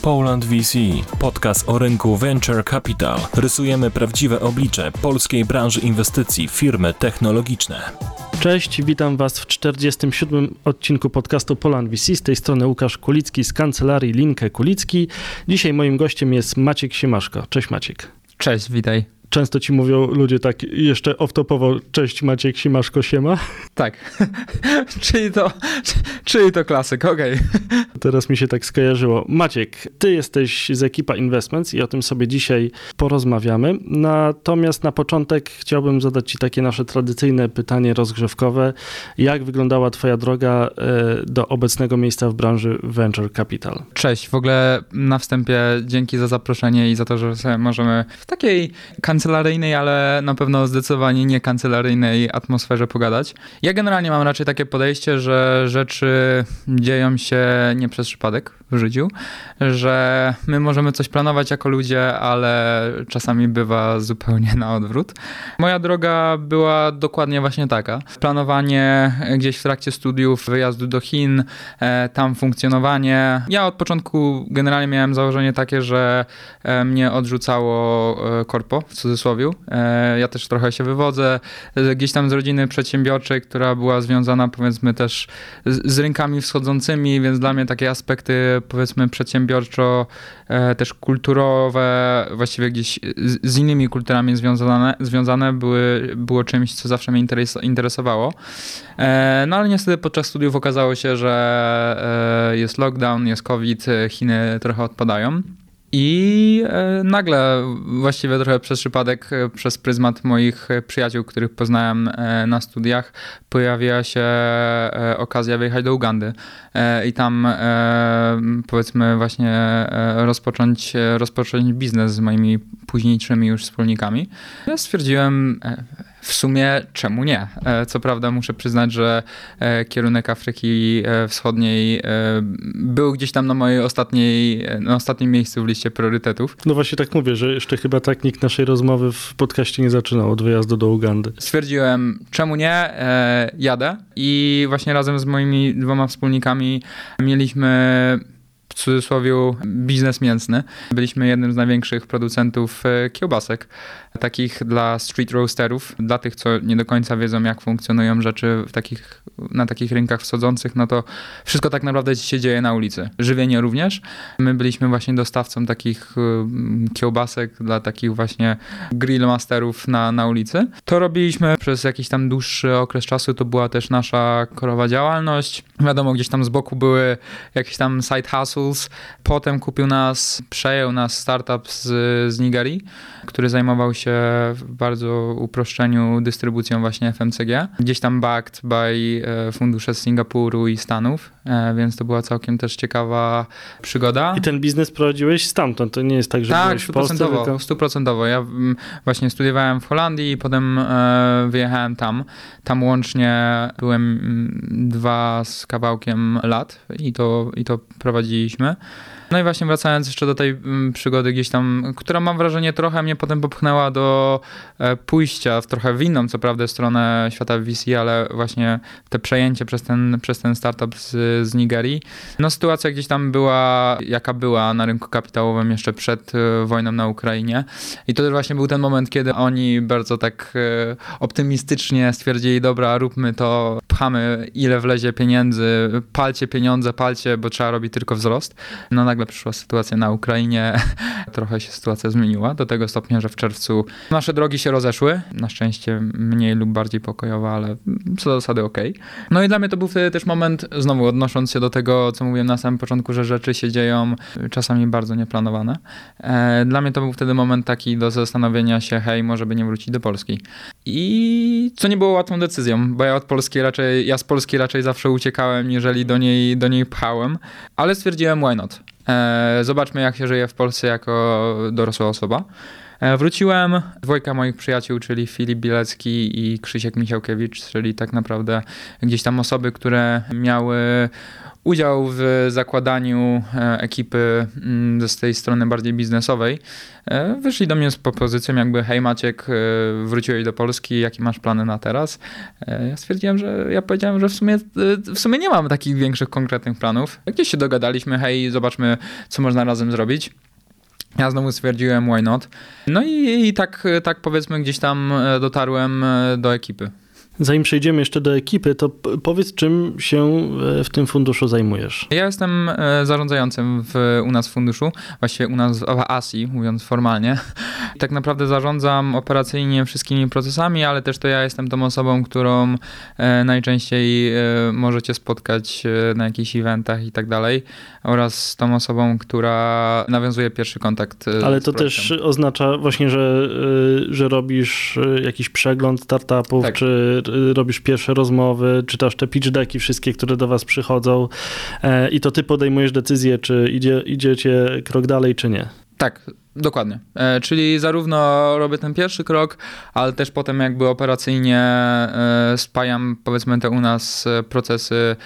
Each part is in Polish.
Poland VC, podcast o rynku Venture Capital. Rysujemy prawdziwe oblicze polskiej branży inwestycji w firmy technologiczne. Cześć, witam Was w 47. odcinku podcastu Poland VC. Z tej strony Łukasz Kulicki z kancelarii Linke Kulicki. Dzisiaj moim gościem jest Maciek Siemaszko. Cześć Maciek. Cześć, witaj. Często ci mówią ludzie tak jeszcze off-topowo, cześć Maciek Siemaszko, siema. Tak, czyli to klasyk, okej. Teraz mi się tak skojarzyło. Maciek, ty jesteś z Ekipa Investments i o tym sobie dzisiaj porozmawiamy. Natomiast na początek chciałbym zadać ci takie nasze tradycyjne pytanie rozgrzewkowe. Jak wyglądała twoja droga do obecnego miejsca w branży Venture Capital? Cześć, w ogóle na wstępie dzięki za zaproszenie i za to, że sobie możemy w takiej kancelaryjnej, ale na pewno zdecydowanie nie kancelaryjnej atmosferze pogadać. Ja generalnie mam raczej takie podejście, że rzeczy dzieją się nie przez przypadek w życiu, że my możemy coś planować jako ludzie, ale czasami bywa zupełnie na odwrót. Moja droga była dokładnie właśnie taka. Planowanie gdzieś w trakcie studiów, wyjazdu do Chin, tam funkcjonowanie. Ja od początku generalnie miałem założenie takie, że mnie odrzucało korpo, w cudzysłowie. Ja też trochę się wywodzę gdzieś tam z rodziny przedsiębiorczej, która była związana powiedzmy też z rynkami wschodzącymi, więc dla mnie takie aspekty powiedzmy przedsiębiorczo, też kulturowe, właściwie gdzieś z innymi kulturami związane było czymś, co zawsze mnie interesowało. No ale niestety podczas studiów okazało się, że jest lockdown, jest COVID, Chiny trochę odpadają. I nagle, właściwie trochę przez przypadek, przez pryzmat moich przyjaciół, których poznałem na studiach, pojawiła się okazja wyjechać do Ugandy i tam powiedzmy właśnie rozpocząć biznes z moimi późniejszymi już wspólnikami. Ja stwierdziłem, w sumie czemu nie? Co prawda muszę przyznać, że kierunek Afryki Wschodniej był gdzieś tam na mojej ostatnim miejscu w liście priorytetów. No właśnie tak mówię, że jeszcze chyba tak nikt naszej rozmowy w podcaście nie zaczynał od wyjazdu do Ugandy. Stwierdziłem, czemu nie? Jadę. I właśnie razem z moimi 2 wspólnikami mieliśmy w cudzysłowie biznes mięsny. Byliśmy jednym z największych producentów kiełbasek, takich dla street roasterów. Dla tych, co nie do końca wiedzą, jak funkcjonują rzeczy na takich rynkach wschodzących, no to wszystko tak naprawdę się dzieje na ulicy. Żywienie również. My byliśmy właśnie dostawcą takich kiełbasek dla takich właśnie grill masterów na ulicy. To robiliśmy przez jakiś tam dłuższy okres czasu. To była też nasza korowa działalność. Wiadomo, gdzieś tam z boku były jakieś tam side hustles. Potem przejął nas startup z Nigerii, który zajmował się w bardzo uproszczeniu dystrybucją właśnie FMCG. Gdzieś tam backed by fundusze z Singapuru i Stanów, więc to była całkiem też ciekawa przygoda. I ten biznes prowadziłeś stamtąd, to nie jest tak, że byłeś w Polsce? Tak, 100%. Ja właśnie studiowałem w Holandii i potem wyjechałem tam. Tam łącznie byłem 2 z kawałkiem lat i to prowadziliśmy. No i właśnie wracając jeszcze do tej przygody gdzieś tam, która mam wrażenie trochę mnie potem popchnęła do pójścia w inną, co prawda, stronę świata VC, ale właśnie te przejęcie przez ten startup z Nigerii. No sytuacja gdzieś tam była, jaka była na rynku kapitałowym jeszcze przed wojną na Ukrainie. I to też właśnie był ten moment, kiedy oni bardzo tak optymistycznie stwierdzili, dobra, róbmy to, pchamy ile wlezie pieniędzy, palcie pieniądze, bo trzeba robić tylko wzrost. No nagle przyszła sytuacja na Ukrainie, trochę się sytuacja zmieniła do tego stopnia, że w czerwcu nasze drogi się rozeszły. Na szczęście mniej lub bardziej pokojowo, ale co do zasady okej. No i dla mnie to był wtedy też moment, znowu odnosząc się do tego, co mówiłem na samym początku, że rzeczy się dzieją czasami bardzo nieplanowane. Dla mnie to był wtedy moment taki do zastanowienia się, hej, może by nie wrócić do Polski. I co nie było łatwą decyzją, bo ja z Polski raczej zawsze uciekałem, jeżeli do niej pchałem, ale stwierdziłem, why not? Zobaczmy, jak się żyje w Polsce jako dorosła osoba. Wróciłem, 2 moich przyjaciół, czyli Filip Bielecki i Krzysiek Misiałkiewicz, czyli tak naprawdę gdzieś tam osoby, które miały udział w zakładaniu ekipy z tej strony bardziej biznesowej. Wyszli do mnie z propozycją jakby: hej Maciek, wróciłeś do Polski, jakie masz plany na teraz? Ja powiedziałem, że w sumie nie mam takich większych, konkretnych planów. Gdzieś się dogadaliśmy: hej, zobaczmy, co można razem zrobić. Ja znowu stwierdziłem, why not? No i tak powiedzmy gdzieś tam dotarłem do ekipy. Zanim przejdziemy jeszcze do ekipy, to powiedz, czym się w tym funduszu zajmujesz. Ja jestem zarządzającym u nas w funduszu, właściwie u nas w ASI, mówiąc formalnie. Tak naprawdę zarządzam operacyjnie wszystkimi procesami, ale też to ja jestem tą osobą, którą najczęściej możecie spotkać na jakichś eventach i tak dalej, oraz tą osobą, która nawiązuje pierwszy kontakt Ale z to projektem. też oznacza właśnie, że robisz jakiś przegląd startupów, Tak. czy robisz pierwsze rozmowy, czytasz te pitch decki wszystkie, które do was przychodzą i to ty podejmujesz decyzję, czy idziecie krok dalej, czy nie. Tak, dokładnie. Czyli zarówno robię ten pierwszy krok, ale też potem jakby operacyjnie spajam, powiedzmy, te u nas procesy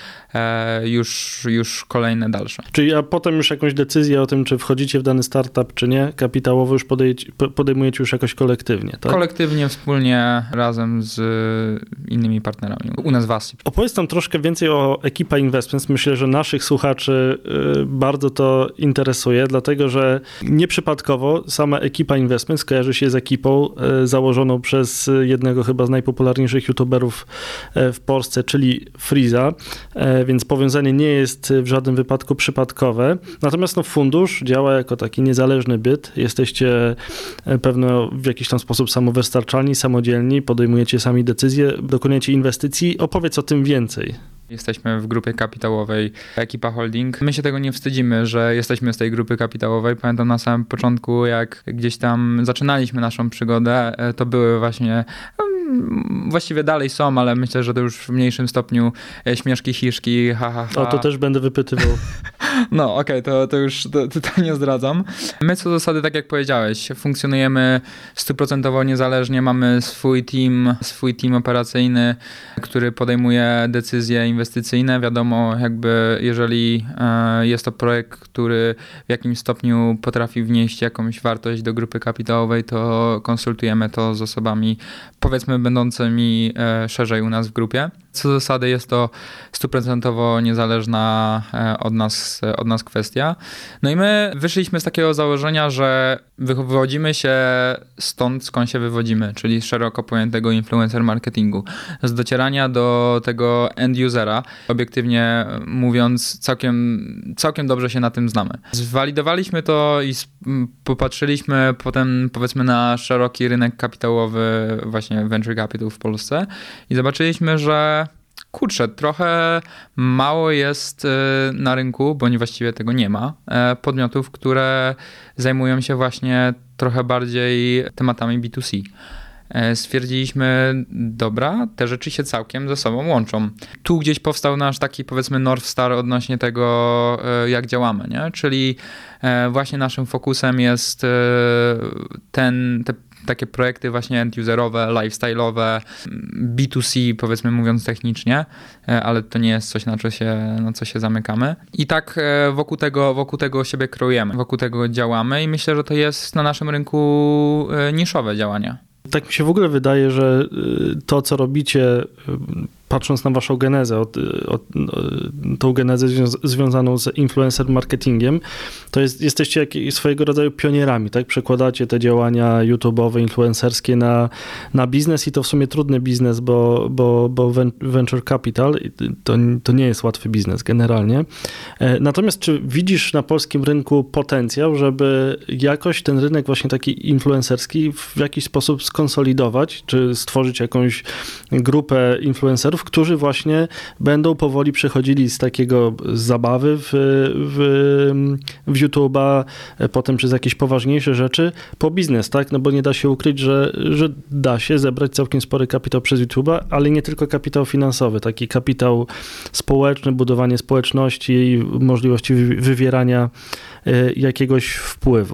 już kolejne dalsze. Czyli a potem już jakąś decyzję o tym, czy wchodzicie w dany startup, czy nie, kapitałowo już podejmujecie już jakoś kolektywnie, tak? Kolektywnie, wspólnie, razem z innymi partnerami. U nas w ASI. Opowiedz nam troszkę więcej o Ekipa Investments. Myślę, że naszych słuchaczy bardzo to interesuje, dlatego że nieprzypadkowo sama Ekipa Investments kojarzy się z ekipą założoną przez jednego chyba z najpopularniejszych youtuberów w Polsce, czyli Freeza, więc powiązanie nie jest w żadnym wypadku przypadkowe. Natomiast fundusz działa jako taki niezależny byt. Jesteście pewno w jakiś tam sposób samowystarczalni, samodzielni, podejmujecie sami decyzje, dokonujecie inwestycji. Opowiedz o tym więcej. Jesteśmy w grupie kapitałowej Ekipa Holding. My się tego nie wstydzimy, że jesteśmy z tej grupy kapitałowej. Pamiętam na samym początku, jak gdzieś tam zaczynaliśmy naszą przygodę, to były właśnie, właściwie dalej są, ale myślę, że to już w mniejszym stopniu śmieszki, hiszki, ha, ha, ha. O, to też będę wypytywał. No okej, to już nie zdradzam. My co do zasady, tak jak powiedziałeś, funkcjonujemy 100% niezależnie, mamy swój team operacyjny, który podejmuje decyzje inwestycyjne. Wiadomo, jakby jeżeli jest to projekt, który w jakimś stopniu potrafi wnieść jakąś wartość do grupy kapitałowej, to konsultujemy to z osobami, powiedzmy, będącymi szerzej u nas w grupie. Co do zasady jest to 100% niezależna od nas kwestia. No i my wyszliśmy z takiego założenia, że wywodzimy się stąd, skąd się wywodzimy, czyli szeroko pojętego influencer marketingu. Z docierania do tego end usera, obiektywnie mówiąc, całkiem dobrze się na tym znamy. Zwalidowaliśmy to i popatrzyliśmy potem, powiedzmy, na szeroki rynek kapitałowy, właśnie venture capital w Polsce i zobaczyliśmy, że kurczę, trochę mało jest na rynku, bądź właściwie tego nie ma, podmiotów, które zajmują się właśnie trochę bardziej tematami B2C. Stwierdziliśmy, dobra, te rzeczy się całkiem ze sobą łączą. Tu gdzieś powstał nasz taki, powiedzmy, North Star odnośnie tego, jak działamy, nie? Czyli właśnie naszym fokusem jest te takie projekty właśnie end-userowe, lifestyle'owe, B2C, powiedzmy, mówiąc technicznie, ale to nie jest coś, na co się zamykamy. I tak wokół tego siebie kreujemy, wokół tego działamy i myślę, że to jest na naszym rynku niszowe działanie. Tak mi się w ogóle wydaje, że to, co robicie, patrząc na waszą genezę, tą genezę związaną z influencer marketingiem, to jesteście swojego rodzaju pionierami, tak? Przekładacie te działania YouTube'owe, influencerskie na biznes i to w sumie trudny biznes, bo venture capital to nie jest łatwy biznes generalnie. Natomiast czy widzisz na polskim rynku potencjał, żeby jakoś ten rynek właśnie taki influencerski w jakiś sposób skonsolidować, czy stworzyć jakąś grupę influencerów, którzy właśnie będą powoli przechodzili z takiego zabawy w YouTube'a, potem przez jakieś poważniejsze rzeczy po biznes, tak? No bo nie da się ukryć, że da się zebrać całkiem spory kapitał przez YouTube'a, ale nie tylko kapitał finansowy, taki kapitał społeczny, budowanie społeczności i możliwości wywierania jakiegoś wpływu.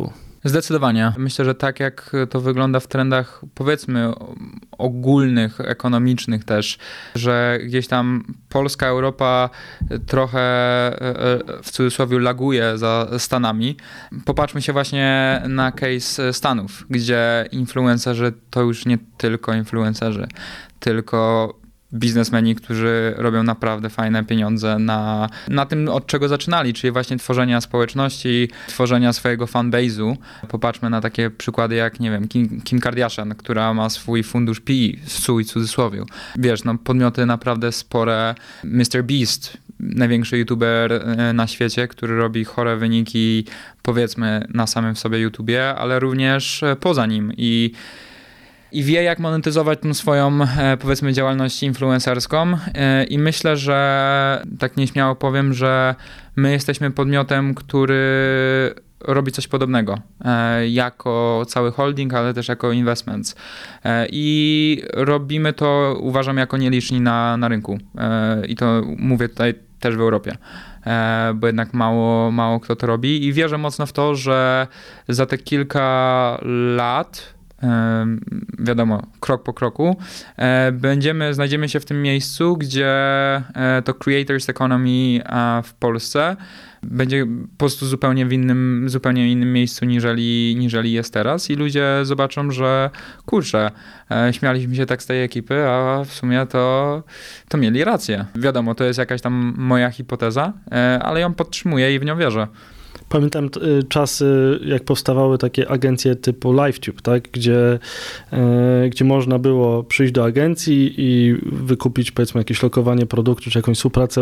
Zdecydowanie. Myślę, że tak jak to wygląda w trendach, powiedzmy, ogólnych, ekonomicznych też, że gdzieś tam Polska, Europa trochę w cudzysłowie laguje za Stanami. Popatrzmy się właśnie na case Stanów, gdzie influencerzy to już nie tylko influencerzy, tylko biznesmeni, którzy robią naprawdę fajne pieniądze na tym, od czego zaczynali, czyli właśnie tworzenia społeczności, tworzenia swojego fanbase'u. Popatrzmy na takie przykłady jak, nie wiem, Kim Kardashian, która ma swój fundusz PE, w cudzysłowiu. Wiesz, no podmioty naprawdę spore. Mr. Beast, największy youtuber na świecie, który robi chore wyniki, powiedzmy, na samym w sobie YouTubie, ale również poza nim i wie, jak monetyzować tą swoją, powiedzmy, działalność influencerską i myślę, że tak nieśmiało powiem, że my jesteśmy podmiotem, który robi coś podobnego jako cały holding, ale też jako investments. I robimy to, uważam, jako nieliczni na rynku. I to mówię tutaj też w Europie, bo jednak mało kto to robi i wierzę mocno w to, że za te kilka lat, wiadomo, krok po kroku, znajdziemy się w tym miejscu, gdzie to creators economy w Polsce będzie po prostu zupełnie innym miejscu niżeli jest teraz i ludzie zobaczą, że kurczę, śmialiśmy się tak z tej ekipy, a w sumie to mieli rację. Wiadomo, to jest jakaś tam moja hipoteza, ale ją podtrzymuję i w nią wierzę. Pamiętam czasy, jak powstawały takie agencje typu LiveTube, tak? Gdzie można było przyjść do agencji i wykupić, powiedzmy, jakieś lokowanie produktu, czy jakąś współpracę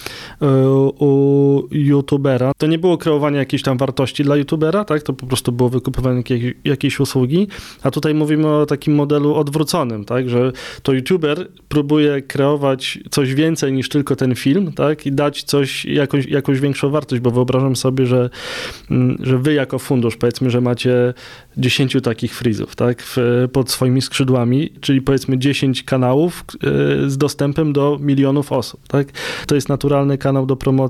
u youtubera. To nie było kreowanie jakiejś tam wartości dla youtubera, tak? To po prostu było wykupywanie jakiejś usługi, a tutaj mówimy o takim modelu odwróconym, tak? Że to youtuber próbuje kreować coś więcej niż tylko ten film, tak? I dać jakąś większą wartość, bo wyobrażam sobie, że wy jako fundusz, powiedzmy, że macie 10 takich freezów, tak, pod swoimi skrzydłami, czyli powiedzmy 10 kanałów z dostępem do milionów osób, tak. To jest naturalny kanał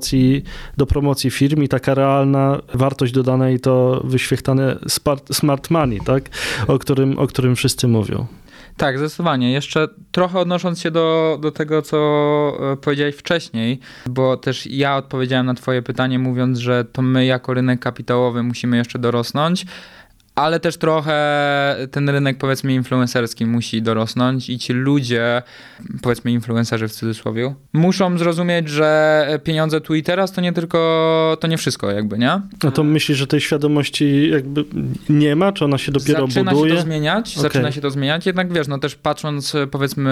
do promocji firm i taka realna wartość dodana i to wyświechtane smart money, tak, o którym wszyscy mówią. Tak, zdecydowanie. Jeszcze trochę odnosząc się do tego, co powiedziałeś wcześniej, bo też ja odpowiedziałem na twoje pytanie, mówiąc, że to my jako rynek kapitałowy musimy jeszcze dorosnąć, ale też trochę ten rynek, powiedzmy, influencerski musi dorosnąć i ci ludzie, powiedzmy, influencerzy w cudzysłowie, muszą zrozumieć, że pieniądze tu i teraz to nie wszystko jakby, nie? No to myślisz, że tej świadomości jakby nie ma, czy ona się dopiero buduje? Zaczyna się to zmieniać, jednak wiesz, no też patrząc, powiedzmy,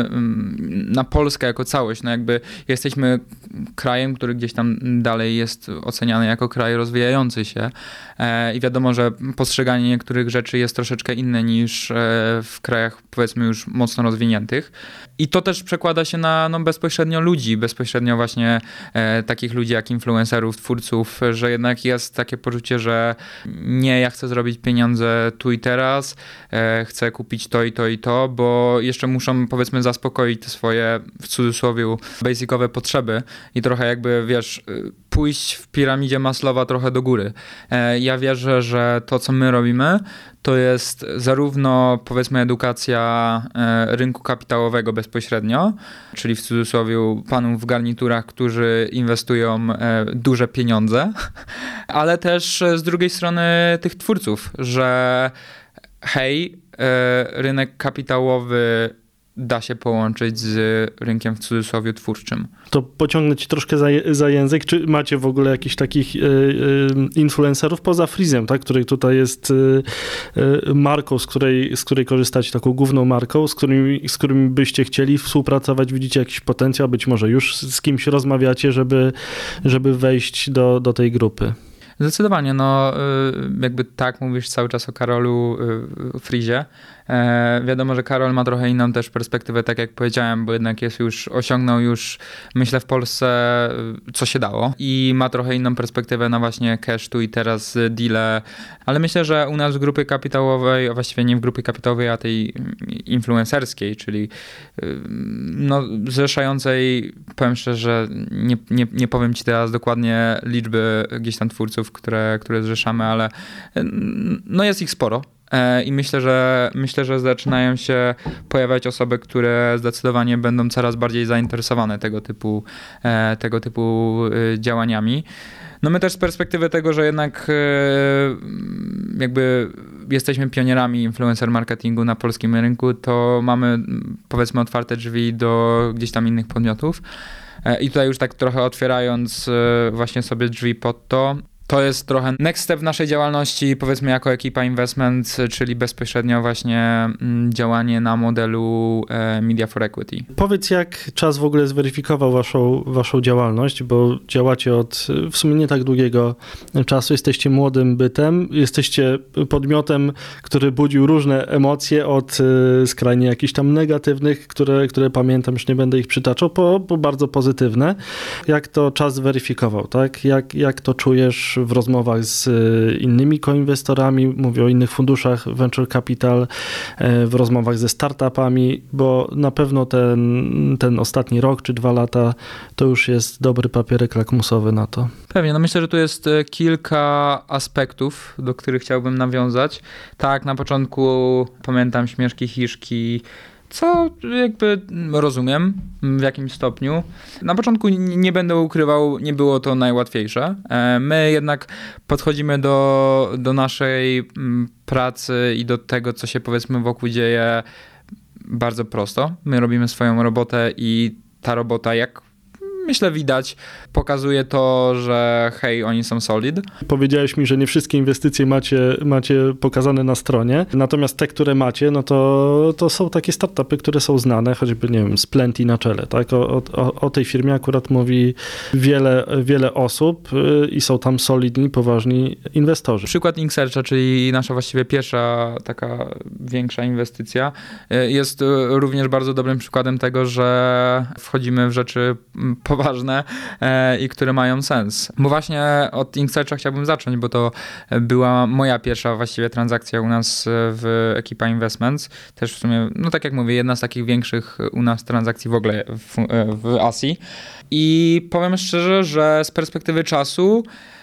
na Polskę jako całość, no jakby jesteśmy krajem, który gdzieś tam dalej jest oceniany jako kraj rozwijający się i wiadomo, że postrzeganie niektórych rzeczy jest troszeczkę inne niż w krajach, powiedzmy, już mocno rozwiniętych. I to też przekłada się na bezpośrednio ludzi, bezpośrednio właśnie takich ludzi jak influencerów, twórców, że jednak jest takie poczucie, że nie, ja chcę zrobić pieniądze tu i teraz, chcę kupić to i to i to, bo jeszcze muszą, powiedzmy, zaspokoić te swoje, w cudzysłowie, basicowe potrzeby i trochę jakby, wiesz, pójść w piramidzie Maslowa trochę do góry. Ja wierzę, że to, co my robimy, to jest zarówno, powiedzmy, edukacja rynku kapitałowego bezpośrednio, czyli w cudzysłowie panów w garniturach, którzy inwestują duże pieniądze, ale też z drugiej strony tych twórców, że hej, rynek kapitałowy da się połączyć z rynkiem w cudzysłowie twórczym. To pociągnę ci troszkę za język. Czy macie w ogóle jakichś takich influencerów poza Freezem, tak? Który tutaj jest marką, z której korzystacie, taką główną marką, z którymi byście chcieli współpracować? Widzicie jakiś potencjał? Być może już z kimś rozmawiacie, żeby wejść do tej grupy? Zdecydowanie, no jakby tak mówisz cały czas o Karolu Freezie. Wiadomo, że Karol ma trochę inną też perspektywę, tak jak powiedziałem, bo jednak osiągnął już, myślę, w Polsce co się dało i ma trochę inną perspektywę na właśnie cash tu i teraz deale, ale myślę, że u nas w grupie kapitałowej, a właściwie nie w grupie kapitałowej, a tej influencerskiej, czyli no, zrzeszającej, powiem szczerze, że nie powiem ci teraz dokładnie liczby gdzieś tam twórców, które zrzeszamy, ale no jest ich sporo. I myślę, że zaczynają się pojawiać osoby, które zdecydowanie będą coraz bardziej zainteresowane tego typu działaniami. No my też z perspektywy tego, że jednak jakby jesteśmy pionierami influencer marketingu na polskim rynku, to mamy, powiedzmy, otwarte drzwi do gdzieś tam innych podmiotów. I tutaj już tak trochę otwierając właśnie sobie drzwi pod to jest trochę next step w naszej działalności, powiedzmy jako ekipa investment, czyli bezpośrednio właśnie działanie na modelu Media for Equity. Powiedz, jak czas w ogóle zweryfikował waszą działalność, bo działacie od w sumie nie tak długiego czasu, jesteście młodym bytem, jesteście podmiotem, który budził różne emocje od skrajnie jakichś tam negatywnych, które pamiętam, już nie będę ich przytaczał, po bardzo pozytywne. Jak to czas zweryfikował, tak? Jak to czujesz w rozmowach z innymi koinwestorami, mówię o innych funduszach venture capital, w rozmowach ze startupami, bo na pewno ten ostatni rok czy 2 lata to już jest dobry papierek lakmusowy na to. Pewnie, no myślę, że tu jest kilka aspektów, do których chciałbym nawiązać. Tak, na początku pamiętam śmieszki, hiszki, co jakby rozumiem w jakimś stopniu. Na początku nie będę ukrywał, nie było to najłatwiejsze. My jednak podchodzimy do naszej pracy i do tego, co się powiedzmy wokół dzieje bardzo prosto. My robimy swoją robotę i ta robota, jak myślę widać, pokazuje to, że hej, oni są solid. Powiedziałeś mi, że nie wszystkie inwestycje macie pokazane na stronie, natomiast te, które macie, no to są takie startupy, które są znane, choćby, nie wiem, z Plenty na czele, tak? O tej firmie akurat mówi wiele osób i są tam solidni, poważni inwestorzy. Przykład Inksearcha, czyli nasza właściwie pierwsza taka większa inwestycja, jest również bardzo dobrym przykładem tego, że wchodzimy w rzeczy poważne i które mają sens. Bo właśnie od Inksearcha chciałbym zacząć, bo to była moja pierwsza właściwie transakcja u nas w Ekipa Investments. Też w sumie, no tak jak mówię, jedna z takich większych u nas transakcji w ogóle w Azji. I powiem szczerze, że z perspektywy czasu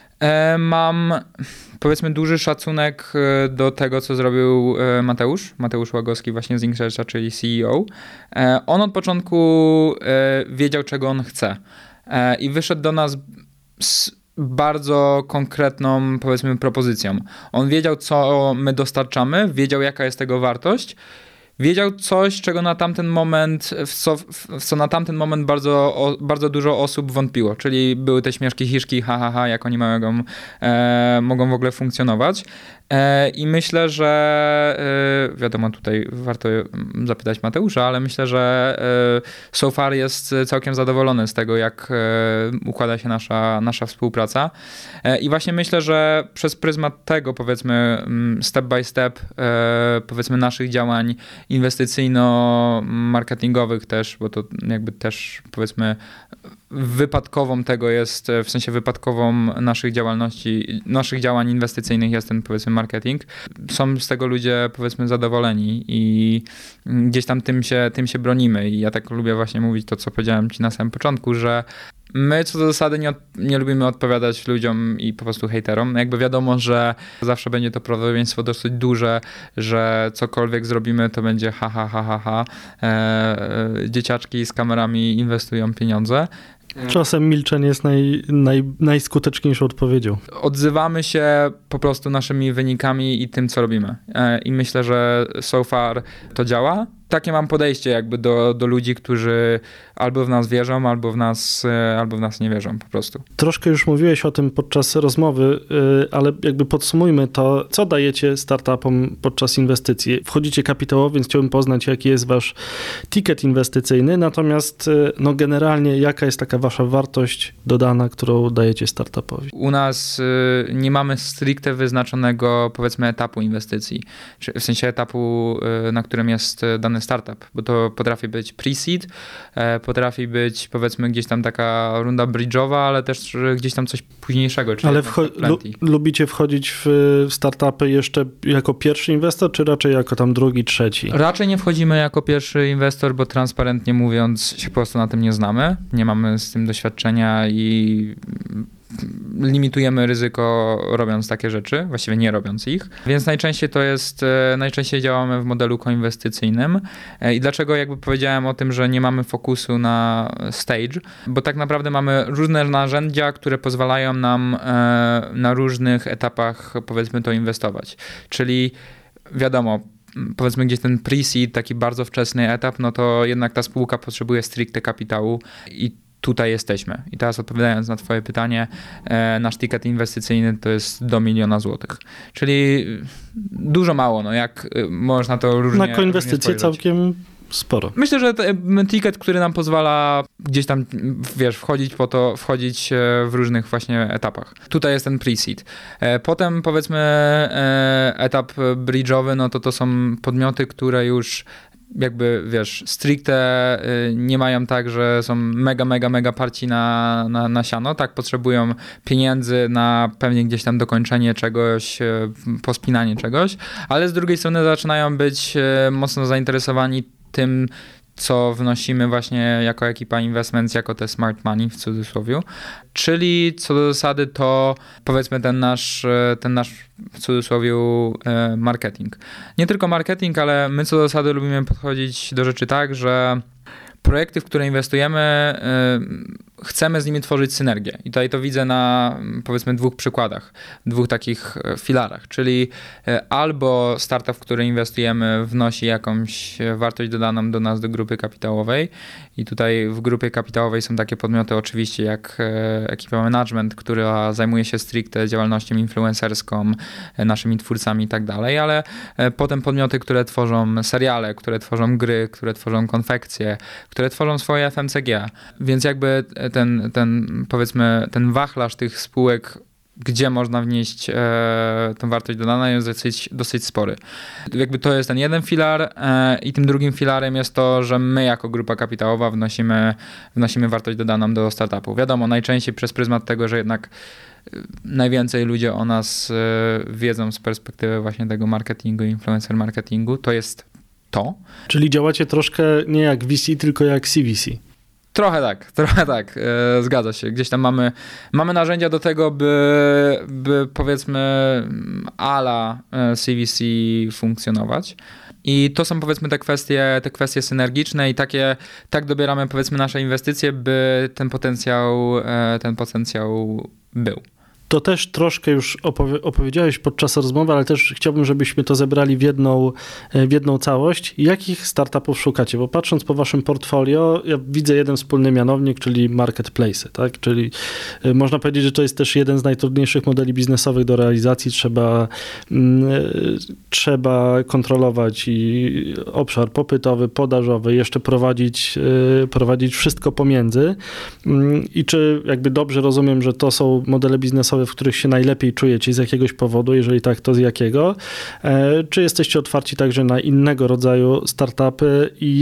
mam, powiedzmy, duży szacunek do tego, co zrobił Mateusz Łagowski właśnie z Inksearcha, czyli CEO. On od początku wiedział, czego on chce i wyszedł do nas z bardzo konkretną, powiedzmy, propozycją. On wiedział, co my dostarczamy, wiedział, jaka jest tego wartość. Wiedział coś, czego na tamten moment, w co na tamten moment bardzo dużo osób wątpiło, czyli były te śmieszki, hiszki, jak oni mogą w ogóle funkcjonować. I myślę, że wiadomo, tutaj warto zapytać Mateusza, ale myślę, że so far jest całkiem zadowolony z tego, jak układa się nasza współpraca. I właśnie myślę, że przez pryzmat tego, powiedzmy, step by step, powiedzmy, naszych działań inwestycyjno-marketingowych też, bo to jakby też, powiedzmy, wypadkową tego jest, w sensie wypadkową naszych działań inwestycyjnych jest ten, powiedzmy, marketing. Są z tego ludzie, powiedzmy, zadowoleni i gdzieś tam tym się bronimy. I ja tak lubię właśnie mówić to, co powiedziałem ci na samym początku, że my co do zasady nie lubimy odpowiadać ludziom i po prostu hejterom. Jakby wiadomo, że zawsze będzie to prawdopodobieństwo dosyć duże, że cokolwiek zrobimy, to będzie dzieciaczki z kamerami inwestują pieniądze. Czasem milczenie jest najskuteczniejszą odpowiedzią. Odzywamy się po prostu naszymi wynikami i tym, co robimy. I myślę, że so far to działa. takie mam podejście jakby do ludzi, którzy albo w nas wierzą, albo w nas nie wierzą po prostu. Troszkę już mówiłeś o tym podczas rozmowy, ale jakby podsumujmy to, co dajecie startupom podczas inwestycji. Wchodzicie kapitałowo, więc chciałbym poznać, jaki jest wasz ticket inwestycyjny, natomiast no generalnie jaka jest taka wasza wartość dodana, którą dajecie startupowi? U nas nie mamy stricte wyznaczonego, powiedzmy, etapu inwestycji, w sensie etapu, na którym jest dany startup, bo to potrafi być pre-seed, potrafi być, powiedzmy, gdzieś tam taka runda bridge'owa, ale też gdzieś tam coś późniejszego. Czyli ale lubicie wchodzić w startupy jeszcze jako pierwszy inwestor, czy raczej jako tam drugi, trzeci? Raczej nie wchodzimy jako pierwszy inwestor, bo transparentnie mówiąc się po prostu na tym nie znamy. Nie mamy z tym doświadczenia i limitujemy ryzyko robiąc takie rzeczy, właściwie nie robiąc ich, więc najczęściej działamy w modelu koinwestycyjnym. I dlaczego jakby powiedziałem o tym, że nie mamy fokusu na stage, bo tak naprawdę mamy różne narzędzia, które pozwalają nam na różnych etapach, powiedzmy, to inwestować. Czyli wiadomo, powiedzmy gdzieś ten pre-seed, taki bardzo wczesny etap, no to jednak ta spółka potrzebuje stricte kapitału i tutaj jesteśmy. I teraz odpowiadając na twoje pytanie, nasz ticket inwestycyjny to jest do 1 000 000 złotych. Czyli dużo mało, no jak można to różnie na koinwestycje całkiem sporo. Myślę, że ticket, który nam pozwala gdzieś tam, wiesz, wchodzić w różnych właśnie etapach. Tutaj jest ten pre-seed. Potem powiedzmy etap bridge'owy, no to są podmioty, które już jakby, wiesz, stricte nie mają tak, że są mega parci na siano, tak, potrzebują pieniędzy na pewnie gdzieś tam dokończenie czegoś, pospinanie czegoś, ale z drugiej strony zaczynają być mocno zainteresowani tym, co wnosimy właśnie jako ekipa Investments, jako te smart money w cudzysłowie. Czyli co do zasady to powiedzmy ten nasz w cudzysłowie marketing. Nie tylko marketing, ale my co do zasady lubimy podchodzić do rzeczy tak, że projekty, w które inwestujemy, chcemy z nimi tworzyć synergię. I tutaj to widzę na, powiedzmy, 2 przykładach, 2 takich filarach, czyli albo startup, w który inwestujemy, wnosi jakąś wartość dodaną do nas, do grupy kapitałowej i tutaj w grupie kapitałowej są takie podmioty oczywiście jak ekipa management, która zajmuje się stricte działalnością influencerską, naszymi twórcami i tak dalej, ale potem podmioty, które tworzą seriale, które tworzą gry, które tworzą konfekcje, które tworzą swoje FMCG, więc jakby powiedzmy ten wachlarz tych spółek, gdzie można wnieść tą wartość dodaną, jest dosyć spory. Jakby to jest ten jeden filar i tym drugim filarem jest to, że my jako grupa kapitałowa wnosimy wartość dodaną do startupu. Wiadomo, najczęściej przez pryzmat tego, że jednak najwięcej ludzie o nas wiedzą z perspektywy właśnie tego marketingu, influencer marketingu, to jest to. Czyli działacie troszkę nie jak VC, tylko jak CVC. Trochę tak, zgadza się. Gdzieś tam mamy narzędzia do tego, by powiedzmy a la CVC funkcjonować. I to są powiedzmy te kwestie synergiczne i tak dobieramy powiedzmy nasze inwestycje, by ten potencjał był. To też troszkę już opowiedziałeś podczas rozmowy, ale też chciałbym, żebyśmy to zebrali w jedną całość. Jakich startupów szukacie? Bo patrząc po waszym portfolio, ja widzę jeden wspólny mianownik, czyli marketplace, tak? Czyli można powiedzieć, że to jest też jeden z najtrudniejszych modeli biznesowych do realizacji. Trzeba kontrolować i obszar popytowy, podażowy, jeszcze prowadzić wszystko pomiędzy. I czy jakby dobrze rozumiem, że to są modele biznesowe, w których się najlepiej czujecie z jakiegoś powodu, jeżeli tak, to z jakiego? Czy jesteście otwarci także na innego rodzaju startupy i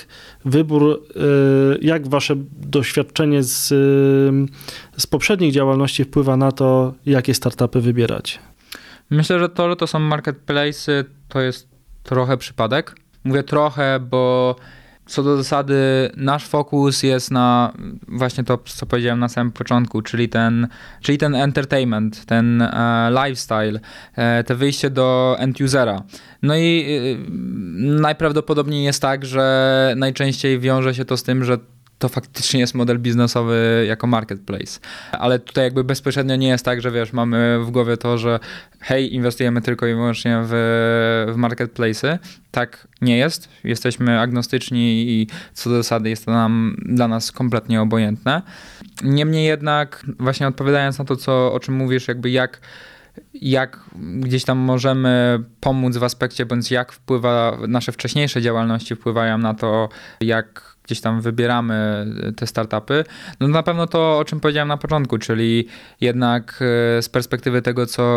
jak wasze doświadczenie z poprzednich działalności wpływa na to, jakie startupy wybieracie? Myślę, że to są marketplace'y, to jest trochę przypadek. Mówię trochę, bo co do zasady nasz fokus jest na właśnie to, co powiedziałem na samym początku, czyli ten entertainment, ten lifestyle, te wyjście do end-usera. No i najprawdopodobniej jest tak, że najczęściej wiąże się to z tym, że to faktycznie jest model biznesowy jako marketplace. Ale tutaj jakby bezpośrednio nie jest tak, że wiesz, mamy w głowie to, że hej, inwestujemy tylko i wyłącznie w marketplace'y. Tak nie jest. Jesteśmy agnostyczni i co do zasady jest to dla nas kompletnie obojętne. Niemniej jednak właśnie odpowiadając na to, o czym mówisz, jakby jak gdzieś tam możemy pomóc w aspekcie, bądź jak nasze wcześniejsze działalności wpływają na to, jak gdzieś tam wybieramy te startupy, no na pewno to, o czym powiedziałem na początku, czyli jednak z perspektywy tego, co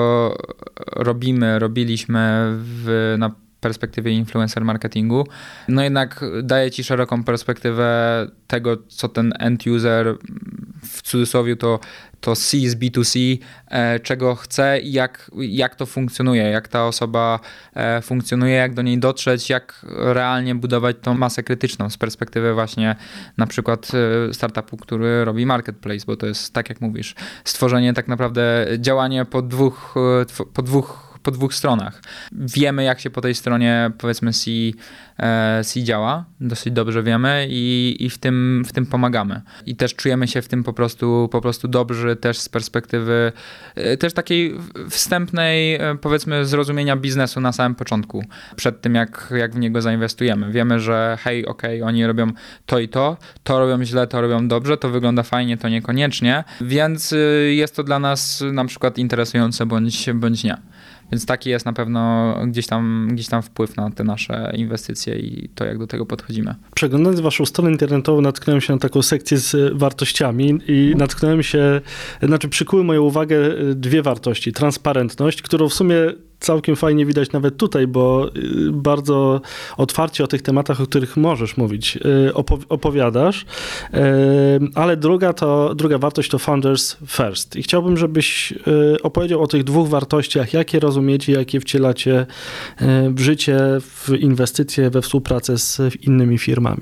robiliśmy na perspektywie influencer marketingu, no jednak daje ci szeroką perspektywę tego, co ten end user, w cudzysłowie to C z B2C, czego chce i jak to funkcjonuje, jak ta osoba funkcjonuje, jak do niej dotrzeć, jak realnie budować tą masę krytyczną z perspektywy właśnie na przykład startupu, który robi marketplace, bo to jest, tak jak mówisz, stworzenie tak naprawdę, działanie po dwóch stronach. Wiemy, jak się po tej stronie, powiedzmy, C działa, dosyć dobrze wiemy i w tym pomagamy. I też czujemy się w tym po prostu dobrzy, też z perspektywy też takiej wstępnej, powiedzmy, zrozumienia biznesu na samym początku, przed tym, jak w niego zainwestujemy. Wiemy, że hej, okej, oni robią to i to robią źle, to robią dobrze, to wygląda fajnie, to niekoniecznie, więc jest to dla nas na przykład interesujące bądź nie. Więc taki jest na pewno gdzieś tam wpływ na te nasze inwestycje i to, jak do tego podchodzimy. Przeglądając waszą stronę internetową, natknąłem się na taką sekcję z wartościami i przykuły moją uwagę dwie wartości. Transparentność, którą w sumie całkiem fajnie widać nawet tutaj, bo bardzo otwarcie o tych tematach, o których możesz mówić, opowiadasz, ale druga wartość to Founders First. I chciałbym, żebyś opowiedział o tych dwóch wartościach, jakie rozumiecie, jakie wcielacie w życie, w inwestycje, we współpracę z innymi firmami.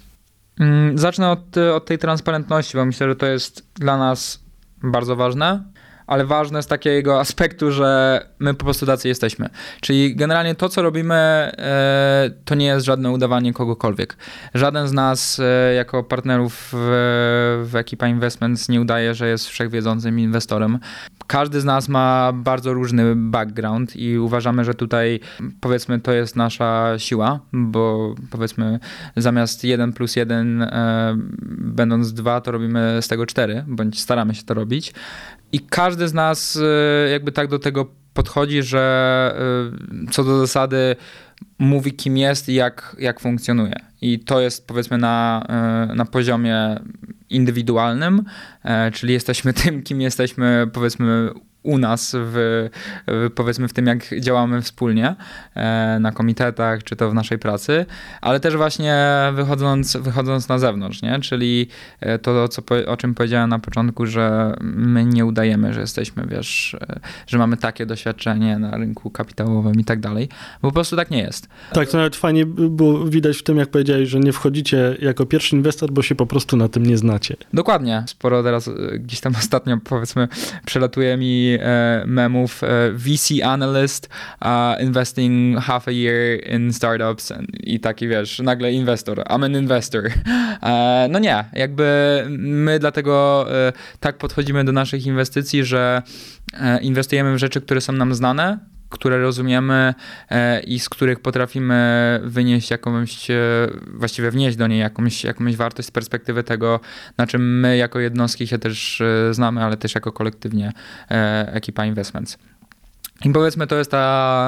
Zacznę od tej transparentności, bo myślę, że to jest dla nas bardzo ważne, ale ważne z takiego aspektu, że my po prostu tacy jesteśmy. Czyli generalnie to, co robimy, to nie jest żadne udawanie kogokolwiek. Żaden z nas jako partnerów w Ekipa Investments nie udaje, że jest wszechwiedzącym inwestorem. Każdy z nas ma bardzo różny background i uważamy, że tutaj, powiedzmy, to jest nasza siła, bo powiedzmy zamiast 1+1 będąc 2, to robimy z tego 4, bądź staramy się to robić. I każdy z nas jakby tak do tego podchodzi, że co do zasady mówi, kim jest i jak funkcjonuje. I to jest, powiedzmy, na poziomie indywidualnym, czyli jesteśmy tym, kim jesteśmy, powiedzmy, u nas powiedzmy w tym, jak działamy wspólnie na komitetach, czy to w naszej pracy, ale też właśnie wychodząc na zewnątrz, nie? Czyli to, o czym powiedziałem na początku, że my nie udajemy, że jesteśmy, wiesz, że mamy takie doświadczenie na rynku kapitałowym i tak dalej, bo po prostu tak nie jest. Tak, to nawet fajnie było widać w tym, jak powiedziałeś, że nie wchodzicie jako pierwszy inwestor, bo się po prostu na tym nie znacie. Dokładnie. Sporo teraz gdzieś tam ostatnio, powiedzmy, przelatuje mi memów VC analyst investing half a year in startups i taki, wiesz, nagle inwestor, I'm an investor. No nie, jakby my dlatego tak podchodzimy do naszych inwestycji, że inwestujemy w rzeczy, które są nam znane, które rozumiemy i z których potrafimy wynieść właściwie wnieść do niej jakąś wartość z perspektywy tego, na czym my jako jednostki się też znamy, ale też jako kolektywnie Ekipa Investments. I powiedzmy, to jest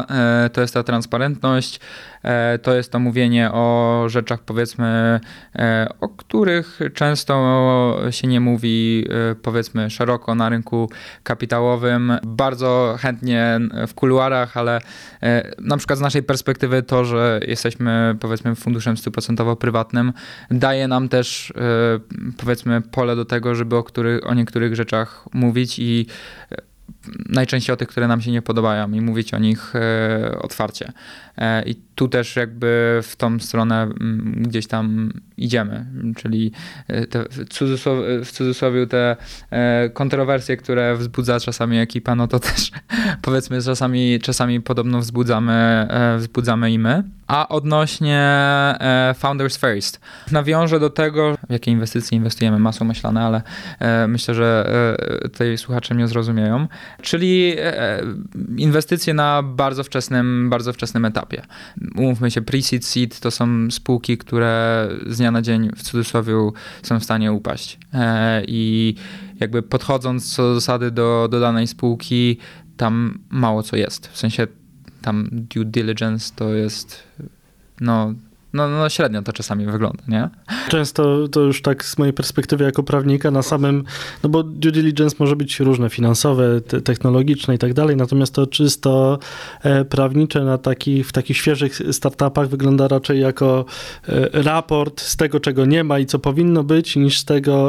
ta transparentność, to jest to mówienie o rzeczach, powiedzmy, o których często się nie mówi, powiedzmy, szeroko na rynku kapitałowym. Bardzo chętnie w kuluarach, ale na przykład z naszej perspektywy to, że jesteśmy, powiedzmy, funduszem 100% prywatnym, daje nam też, powiedzmy, pole do tego, żeby o niektórych rzeczach mówić i najczęściej o tych, które nam się nie podobają i mówić o nich otwarcie. I tu też jakby w tą stronę gdzieś tam idziemy, czyli te, w cudzysłowie te kontrowersje, które czasami ekipa, no to też powiedzmy czasami podobno wzbudzamy i my. A odnośnie Founders First, nawiążę do tego, w jakie inwestycje inwestujemy, masło myślane, ale myślę, że tutaj słuchacze mnie zrozumieją, czyli inwestycje na bardzo wczesnym etapie. Umówmy się, pre-seed, seed to są spółki, które z dnia na dzień w cudzysłowie są w stanie upaść. I jakby podchodząc co do zasady do danej spółki, tam mało co jest. W sensie tam due diligence to jest no średnio to czasami wygląda, nie? Często to już tak z mojej perspektywy jako prawnika na samym, no bo due diligence może być różne, finansowe, technologiczne i tak dalej, natomiast to czysto prawnicze w takich świeżych startupach wygląda raczej jako raport z tego, czego nie ma i co powinno być, niż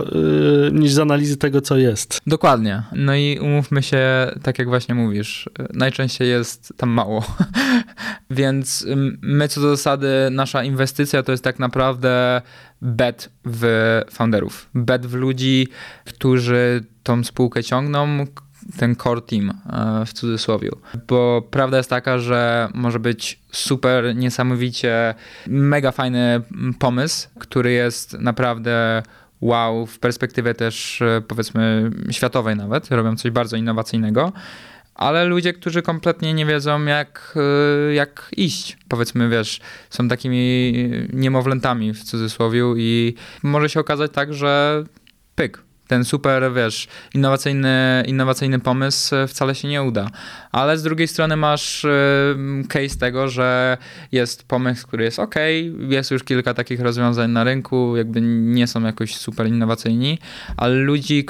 z analizy tego, co jest. Dokładnie. No i umówmy się, tak jak właśnie mówisz, najczęściej jest tam mało. Więc my co do zasady, nasza inwestycja to jest tak naprawdę bet w founderów. Bet w ludzi, którzy tą spółkę ciągną, ten core team w cudzysłowie. Bo prawda jest taka, że może być super, niesamowicie, mega fajny pomysł, który jest naprawdę wow, w perspektywie też powiedzmy światowej nawet, robią coś bardzo innowacyjnego, ale ludzie, którzy kompletnie nie wiedzą jak iść. Powiedzmy, wiesz, są takimi niemowlętami w cudzysłowie i może się okazać tak, że pyk. Ten super, wiesz, innowacyjny pomysł wcale się nie uda. Ale z drugiej strony masz case tego, że jest pomysł, który jest jest już kilka takich rozwiązań na rynku, jakby nie są jakoś super innowacyjni, ale ludzi,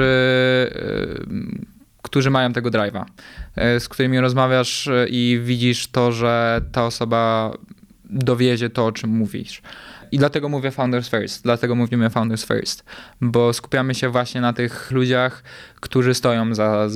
którzy mają tego drive'a, z którymi rozmawiasz i widzisz to, że ta osoba dowiezie to, o czym mówisz. I dlatego mówię Founders First, dlatego mówimy Founders First, bo skupiamy się właśnie na tych ludziach, którzy stoją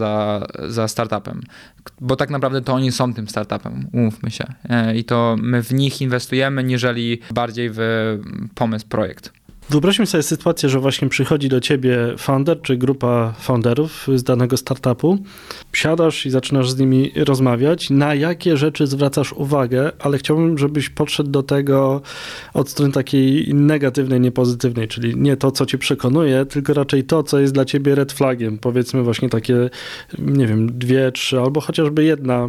za startupem. Bo tak naprawdę to oni są tym startupem, umówmy się. I to my w nich inwestujemy, niżeli bardziej w pomysł, projekt. Wyobraźmy sobie sytuację, że właśnie przychodzi do ciebie founder czy grupa founderów z danego startupu. Siadasz i zaczynasz z nimi rozmawiać. Na jakie rzeczy zwracasz uwagę, ale chciałbym, żebyś podszedł do tego od strony takiej negatywnej, niepozytywnej, czyli nie to, co cię przekonuje, tylko raczej to, co jest dla ciebie red flagiem. Powiedzmy właśnie takie, nie wiem, 2, 3 albo chociażby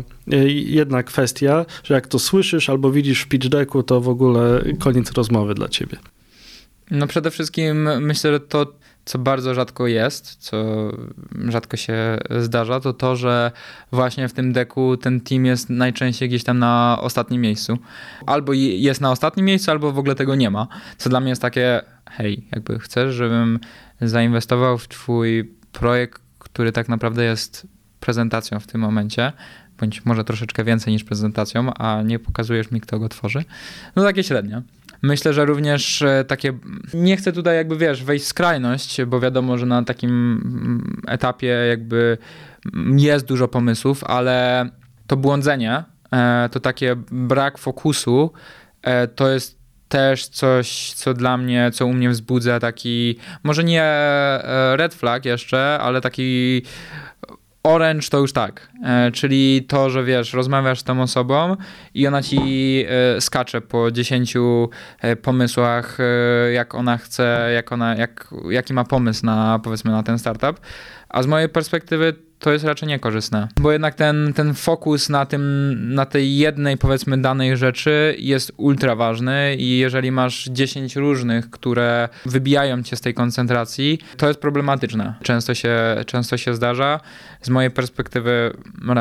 jedna kwestia, że jak to słyszysz albo widzisz w pitch decku, to w ogóle koniec rozmowy dla ciebie. No przede wszystkim myślę, że to, co bardzo rzadko jest, co rzadko się zdarza, to to, że właśnie w tym deku ten team jest najczęściej gdzieś tam na ostatnim miejscu. Albo jest na ostatnim miejscu, albo w ogóle tego nie ma. Co dla mnie jest takie, hej, jakby chcesz, żebym zainwestował w twój projekt, który tak naprawdę jest prezentacją w tym momencie, bądź może troszeczkę więcej niż prezentacją, a nie pokazujesz mi, kto go tworzy. No takie średnie. Myślę, że również takie, nie chcę tutaj jakby, wiesz, wejść w skrajność, bo wiadomo, że na takim etapie jakby jest dużo pomysłów, ale to błądzenie, to takie brak fokusu, to jest też coś, co u mnie wzbudza taki, może nie red flag jeszcze, ale taki orange to już tak, czyli to, że wiesz, rozmawiasz z tą osobą i ona ci skacze po 10 pomysłach, jak ona chce, jaki ma pomysł na, powiedzmy, na ten startup, a z mojej perspektywy to jest raczej niekorzystne, bo jednak ten fokus na tej jednej, powiedzmy, danej rzeczy jest ultra ważny i jeżeli masz 10 różnych, które wybijają cię z tej koncentracji, to jest problematyczne. Często się zdarza. Z mojej perspektywy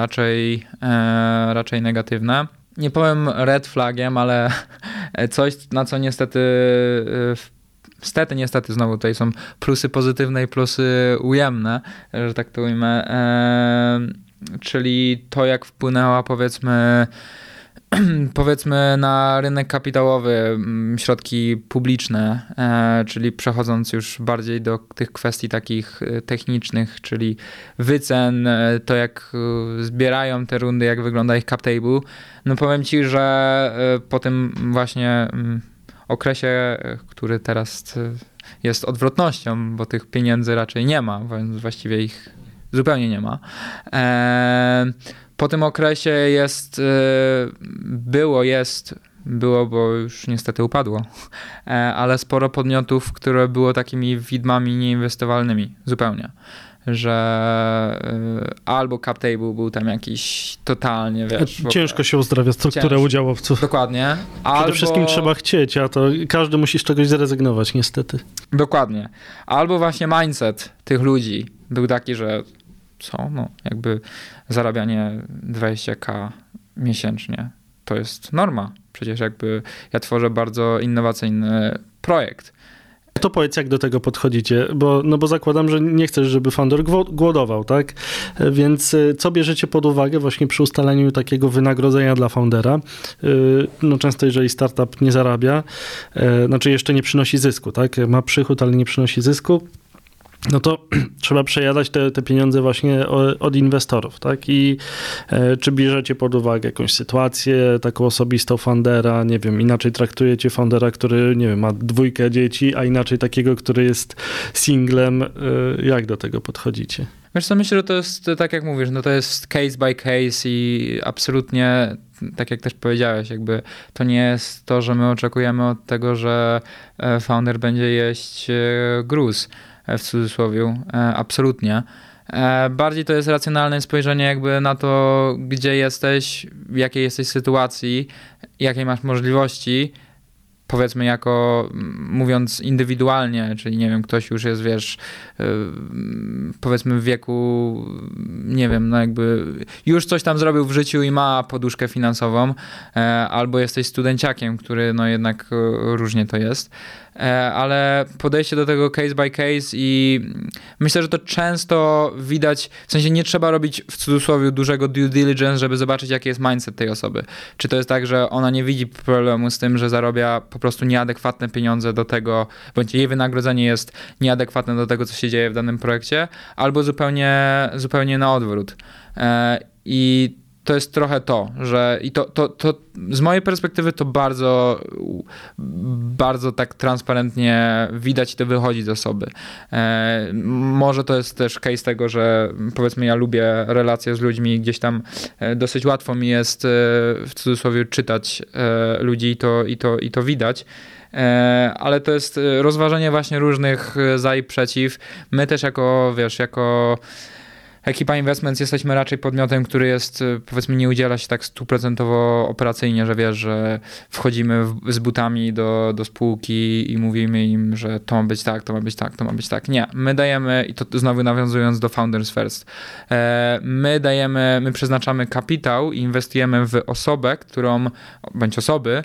raczej negatywne. Nie powiem red flagiem, ale coś, na co niestety znowu tutaj są plusy pozytywne i plusy ujemne, że tak to ujmę, czyli to, jak wpłynęła, powiedzmy, powiedzmy na rynek kapitałowy, środki publiczne, czyli przechodząc już bardziej do tych kwestii takich technicznych, czyli wycen, to jak zbierają te rundy, jak wygląda ich cap table, no powiem ci, że po tym właśnie okresie, który teraz jest odwrotnością, bo tych pieniędzy raczej nie ma, więc właściwie ich zupełnie nie ma. Po tym okresie było, bo już niestety upadło, ale sporo podmiotów, które było takimi widmami nieinwestowalnymi zupełnie, że albo cap table był tam jakiś totalnie, wiesz... Ciężko się uzdrawia strukturę udziałowców. Dokładnie. Przede wszystkim trzeba chcieć, a to każdy musi z czegoś zrezygnować, niestety. Dokładnie. Albo właśnie mindset tych ludzi był taki, że no jakby zarabianie 20K miesięcznie to jest norma. Przecież jakby ja tworzę bardzo innowacyjny projekt. To powiedz, jak do tego podchodzicie, bo zakładam, że nie chcesz, żeby founder głodował, tak? Więc co bierzecie pod uwagę właśnie przy ustaleniu takiego wynagrodzenia dla foundera? No często jeżeli startup nie zarabia, znaczy jeszcze nie przynosi zysku, tak? Ma przychód, ale nie przynosi zysku, no to trzeba przejadać te pieniądze właśnie od inwestorów, tak? I czy bierzecie pod uwagę jakąś sytuację taką osobistą foundera, nie wiem, inaczej traktujecie foundera, który, nie wiem, ma 2 dzieci, a inaczej takiego, który jest singlem. Jak do tego podchodzicie? Wiesz co, myślę, że to jest, tak jak mówisz, no to jest case by case i absolutnie, tak jak też powiedziałeś, jakby to nie jest to, że my oczekujemy od tego, że founder będzie jeść gruz, w cudzysłowie, absolutnie. Bardziej to jest racjonalne spojrzenie jakby na to, gdzie jesteś, w jakiej jesteś sytuacji, jakie masz możliwości, powiedzmy mówiąc indywidualnie, czyli nie wiem, ktoś już jest, wiesz, powiedzmy w wieku, nie wiem, no jakby już coś tam zrobił w życiu i ma poduszkę finansową, albo jesteś studenciakiem, który no jednak różnie to jest, ale podejście do tego case by case i myślę, że to często widać, w sensie nie trzeba robić w cudzysłowie dużego due diligence, żeby zobaczyć, jaki jest mindset tej osoby. Czy to jest tak, że ona nie widzi problemu z tym, że zarabia po prostu nieadekwatne pieniądze do tego, bądź jej wynagrodzenie jest nieadekwatne do tego, co się dzieje w danym projekcie, albo zupełnie na odwrót. I to jest trochę to, że i to z mojej perspektywy to bardzo, bardzo tak transparentnie widać i to wychodzi z osoby. Może to jest też case tego, że powiedzmy ja lubię relacje z ludźmi, gdzieś tam dosyć łatwo mi jest w cudzysłowie czytać ludzi i to widać. Ale to jest rozważenie właśnie różnych za i przeciw. My też jako Ekipa Investments jesteśmy raczej podmiotem, który jest, powiedzmy, nie udziela się tak 100% operacyjnie, że wiesz, że wchodzimy z butami do spółki i mówimy im, że to ma być tak, to ma być tak, to ma być tak. Nie, my dajemy, i to znowu nawiązując do Founders First, my przeznaczamy kapitał i inwestujemy w osobę, bądź osoby,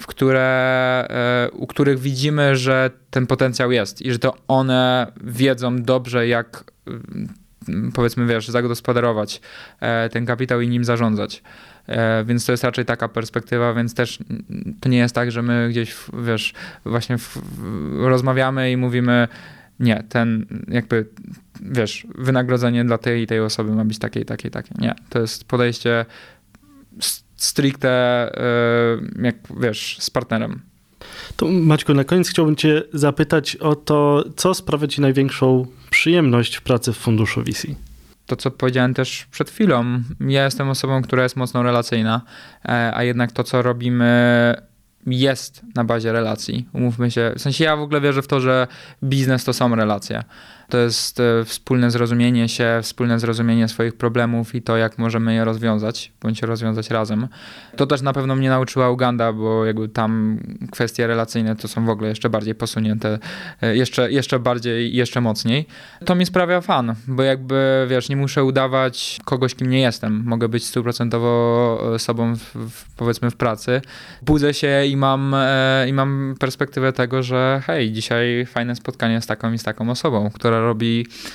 u których widzimy, że ten potencjał jest i że to one wiedzą dobrze, jak powiedzmy, wiesz, zagospodarować ten kapitał i nim zarządzać. Więc to jest raczej taka perspektywa, więc też to nie jest tak, że my gdzieś, wiesz, właśnie rozmawiamy i mówimy, nie, ten jakby, wiesz, wynagrodzenie dla tej i tej osoby ma być takie i takie i takie. Nie, to jest podejście stricte, jak wiesz, z partnerem. To Maćku, na koniec chciałbym cię zapytać o to, co sprawia ci największą przyjemność w pracy w funduszu VC? To, co powiedziałem też przed chwilą. Ja jestem osobą, która jest mocno relacyjna, a jednak to, co robimy, jest na bazie relacji. Umówmy się. W sensie ja w ogóle wierzę w to, że biznes to są relacje. To jest wspólne zrozumienie się, wspólne zrozumienie swoich problemów i to, jak możemy je rozwiązać, bądź rozwiązać razem. To też na pewno mnie nauczyła Uganda, bo jakby tam kwestie relacyjne to są w ogóle jeszcze bardziej posunięte, jeszcze bardziej, jeszcze mocniej. To mi sprawia fan, bo jakby, wiesz, nie muszę udawać kogoś, kim nie jestem. Mogę być 100% sobą, powiedzmy, w pracy. Budzę się i mam perspektywę tego, że hej, dzisiaj fajne spotkanie z taką i z taką osobą, która robi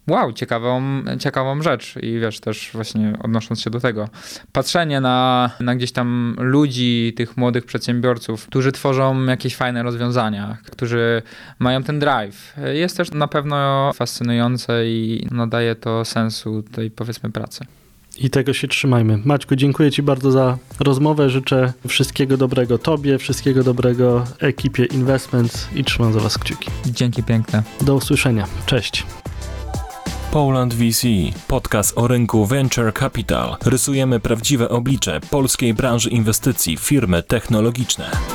wow, ciekawą rzecz i wiesz, też właśnie odnosząc się do tego, patrzenie na gdzieś tam ludzi, tych młodych przedsiębiorców, którzy tworzą jakieś fajne rozwiązania, którzy mają ten drive, jest też na pewno fascynujące i nadaje to sensu tej, powiedzmy, pracy. I tego się trzymajmy. Maćku, dziękuję Ci bardzo za rozmowę. Życzę wszystkiego dobrego Tobie, wszystkiego dobrego ekipie Investments i trzymam za Was kciuki. Dzięki piękne. Do usłyszenia. Cześć. Poland VC, podcast o rynku Venture Capital. Rysujemy prawdziwe oblicze polskiej branży inwestycji, firmy technologiczne.